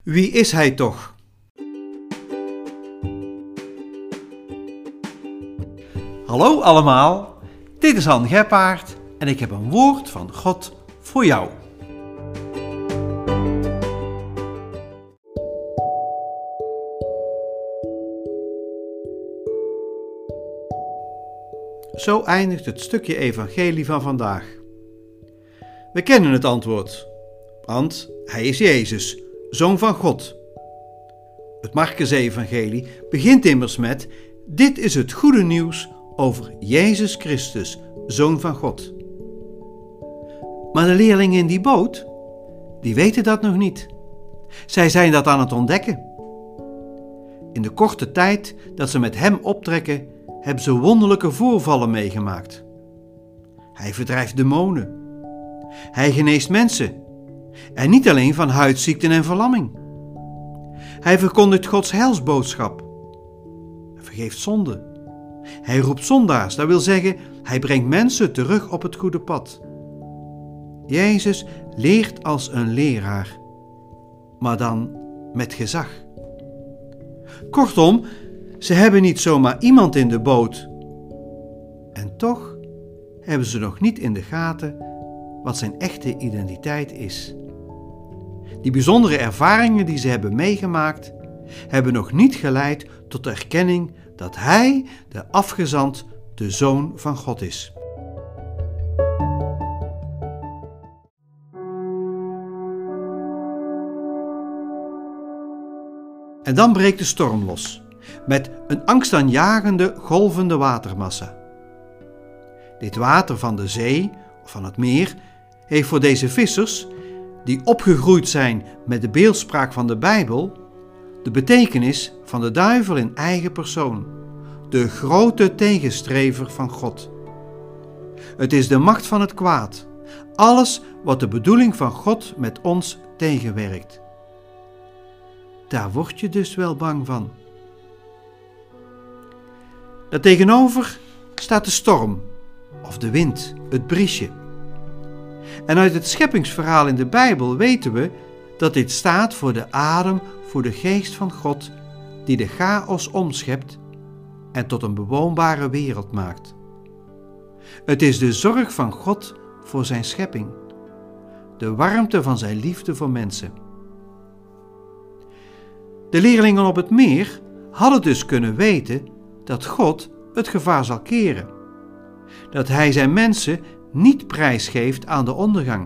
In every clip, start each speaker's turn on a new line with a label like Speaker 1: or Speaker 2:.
Speaker 1: Wie is hij toch? Hallo allemaal, dit is Han Gebbaert en ik heb een woord van God voor jou. Zo eindigt het stukje evangelie van vandaag. We kennen het antwoord, want hij is Jezus, Zoon van God. Het Markus-evangelie begint immers met: dit is het goede nieuws over Jezus Christus, Zoon van God. Maar de leerlingen in die boot, die weten dat nog niet. Zij zijn dat aan het ontdekken. In de korte tijd dat ze met hem optrekken, hebben ze wonderlijke voorvallen meegemaakt. Hij verdrijft demonen. Hij geneest mensen. En niet alleen van huidziekten en verlamming. Hij verkondigt Gods heilsboodschap. Hij vergeeft zonde. Hij roept zondaars, dat wil zeggen, hij brengt mensen terug op het goede pad. Jezus leert als een leraar, maar dan met gezag. Kortom, ze hebben niet zomaar iemand in de boot. En toch hebben ze nog niet in de gaten wat zijn echte identiteit is. Die bijzondere ervaringen die ze hebben meegemaakt, hebben nog niet geleid tot de erkenning dat hij, de afgezant, de Zoon van God is. En dan breekt de storm los, met een angstaanjagende, golvende watermassa. Dit water van de zee of van het meer heeft voor deze vissers, die opgegroeid zijn met de beeldspraak van de Bijbel, de betekenis van de duivel in eigen persoon, de grote tegenstrever van God. Het is de macht van het kwaad, alles wat de bedoeling van God met ons tegenwerkt. Daar word je dus wel bang van. Daartegenover staat de storm, of de wind, het briesje. En uit het scheppingsverhaal in de Bijbel weten we dat dit staat voor de adem, voor de geest van God, die de chaos omschept en tot een bewoonbare wereld maakt. Het is de zorg van God voor zijn schepping, de warmte van zijn liefde voor mensen. De leerlingen op het meer hadden dus kunnen weten dat God het gevaar zal keren, dat hij zijn mensen niet prijsgeeft aan de ondergang.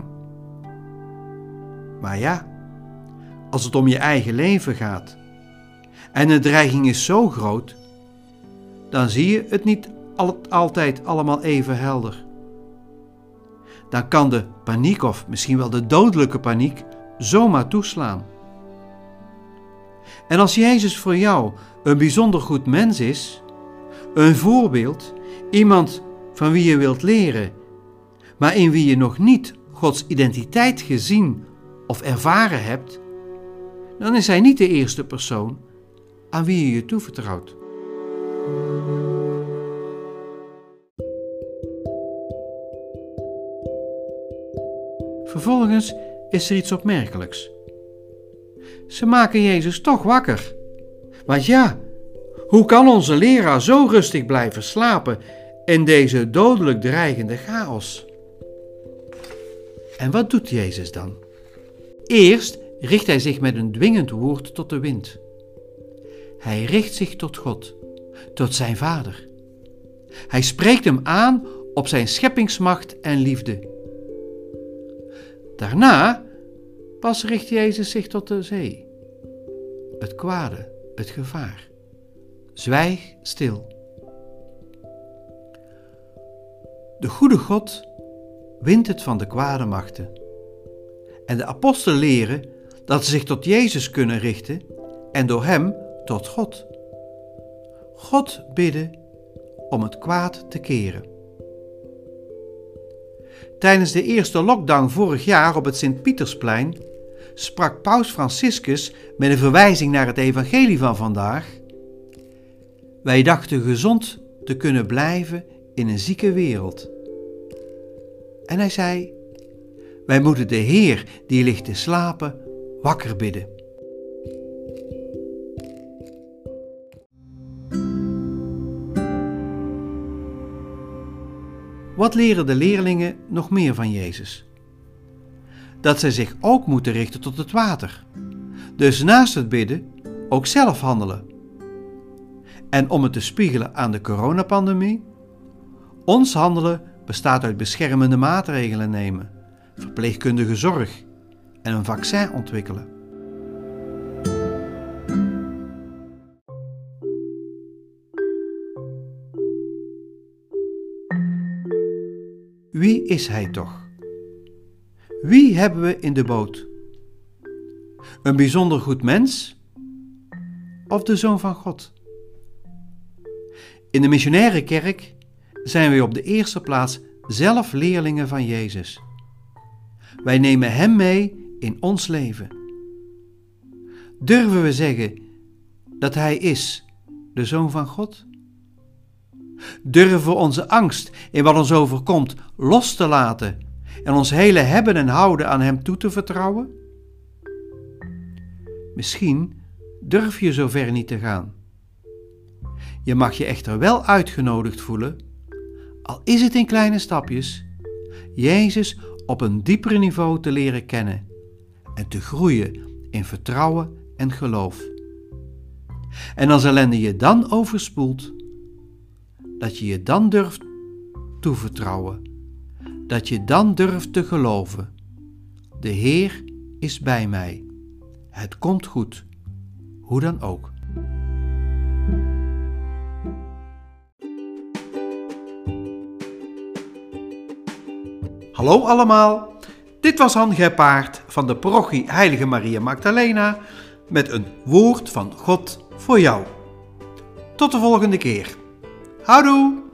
Speaker 1: Maar ja, als het om je eigen leven gaat en de dreiging is zo groot, dan zie je het niet altijd allemaal even helder. Dan kan de paniek of misschien wel de dodelijke paniek zomaar toeslaan. En als Jezus voor jou een bijzonder goed mens is, een voorbeeld, iemand van wie je wilt leren, maar in wie je nog niet Gods identiteit gezien of ervaren hebt, dan is hij niet de eerste persoon aan wie je je toevertrouwt. Vervolgens is er iets opmerkelijks. Ze maken Jezus toch wakker. Want ja, hoe kan onze leraar zo rustig blijven slapen in deze dodelijk dreigende chaos? En wat doet Jezus dan? Eerst richt hij zich met een dwingend woord tot de wind. Hij richt zich tot God, tot zijn Vader. Hij spreekt hem aan op zijn scheppingsmacht en liefde. Daarna pas richt Jezus zich tot de zee. Het kwade, het gevaar. Zwijg stil. De goede God wint het van de kwade machten. En de apostelen leren dat ze zich tot Jezus kunnen richten en door hem tot God. God bidden om het kwaad te keren. Tijdens de eerste lockdown vorig jaar op het Sint-Pietersplein sprak Paus Franciscus met een verwijzing naar het evangelie van vandaag: wij dachten gezond te kunnen blijven in een zieke wereld. En hij zei: wij moeten de Heer die ligt te slapen wakker bidden. Wat leren de leerlingen nog meer van Jezus? Dat zij zich ook moeten richten tot het water. Dus naast het bidden ook zelf handelen. En om het te spiegelen aan de coronapandemie, ons handelen bestaat uit beschermende maatregelen nemen, verpleegkundige zorg en een vaccin ontwikkelen. Wie is hij toch? Wie hebben we in de boot? Een bijzonder goed mens of de Zoon van God? In de missionaire kerk zijn we op de eerste plaats zelf leerlingen van Jezus. Wij nemen Hem mee in ons leven. Durven we zeggen dat Hij is de Zoon van God? Durven we onze angst in wat ons overkomt los te laten en ons hele hebben en houden aan Hem toe te vertrouwen? Misschien durf je zover niet te gaan. Je mag je echter wel uitgenodigd voelen, al is het in kleine stapjes, Jezus op een dieper niveau te leren kennen en te groeien in vertrouwen en geloof. En als ellende je dan overspoelt, dat je je dan durft toevertrouwen, dat je dan durft te geloven. De Heer is bij mij. Het komt goed, hoe dan ook. Hallo allemaal, dit was Han Gepaard van de parochie Heilige Maria Magdalena met een woord van God voor jou. Tot de volgende keer. Houdoe!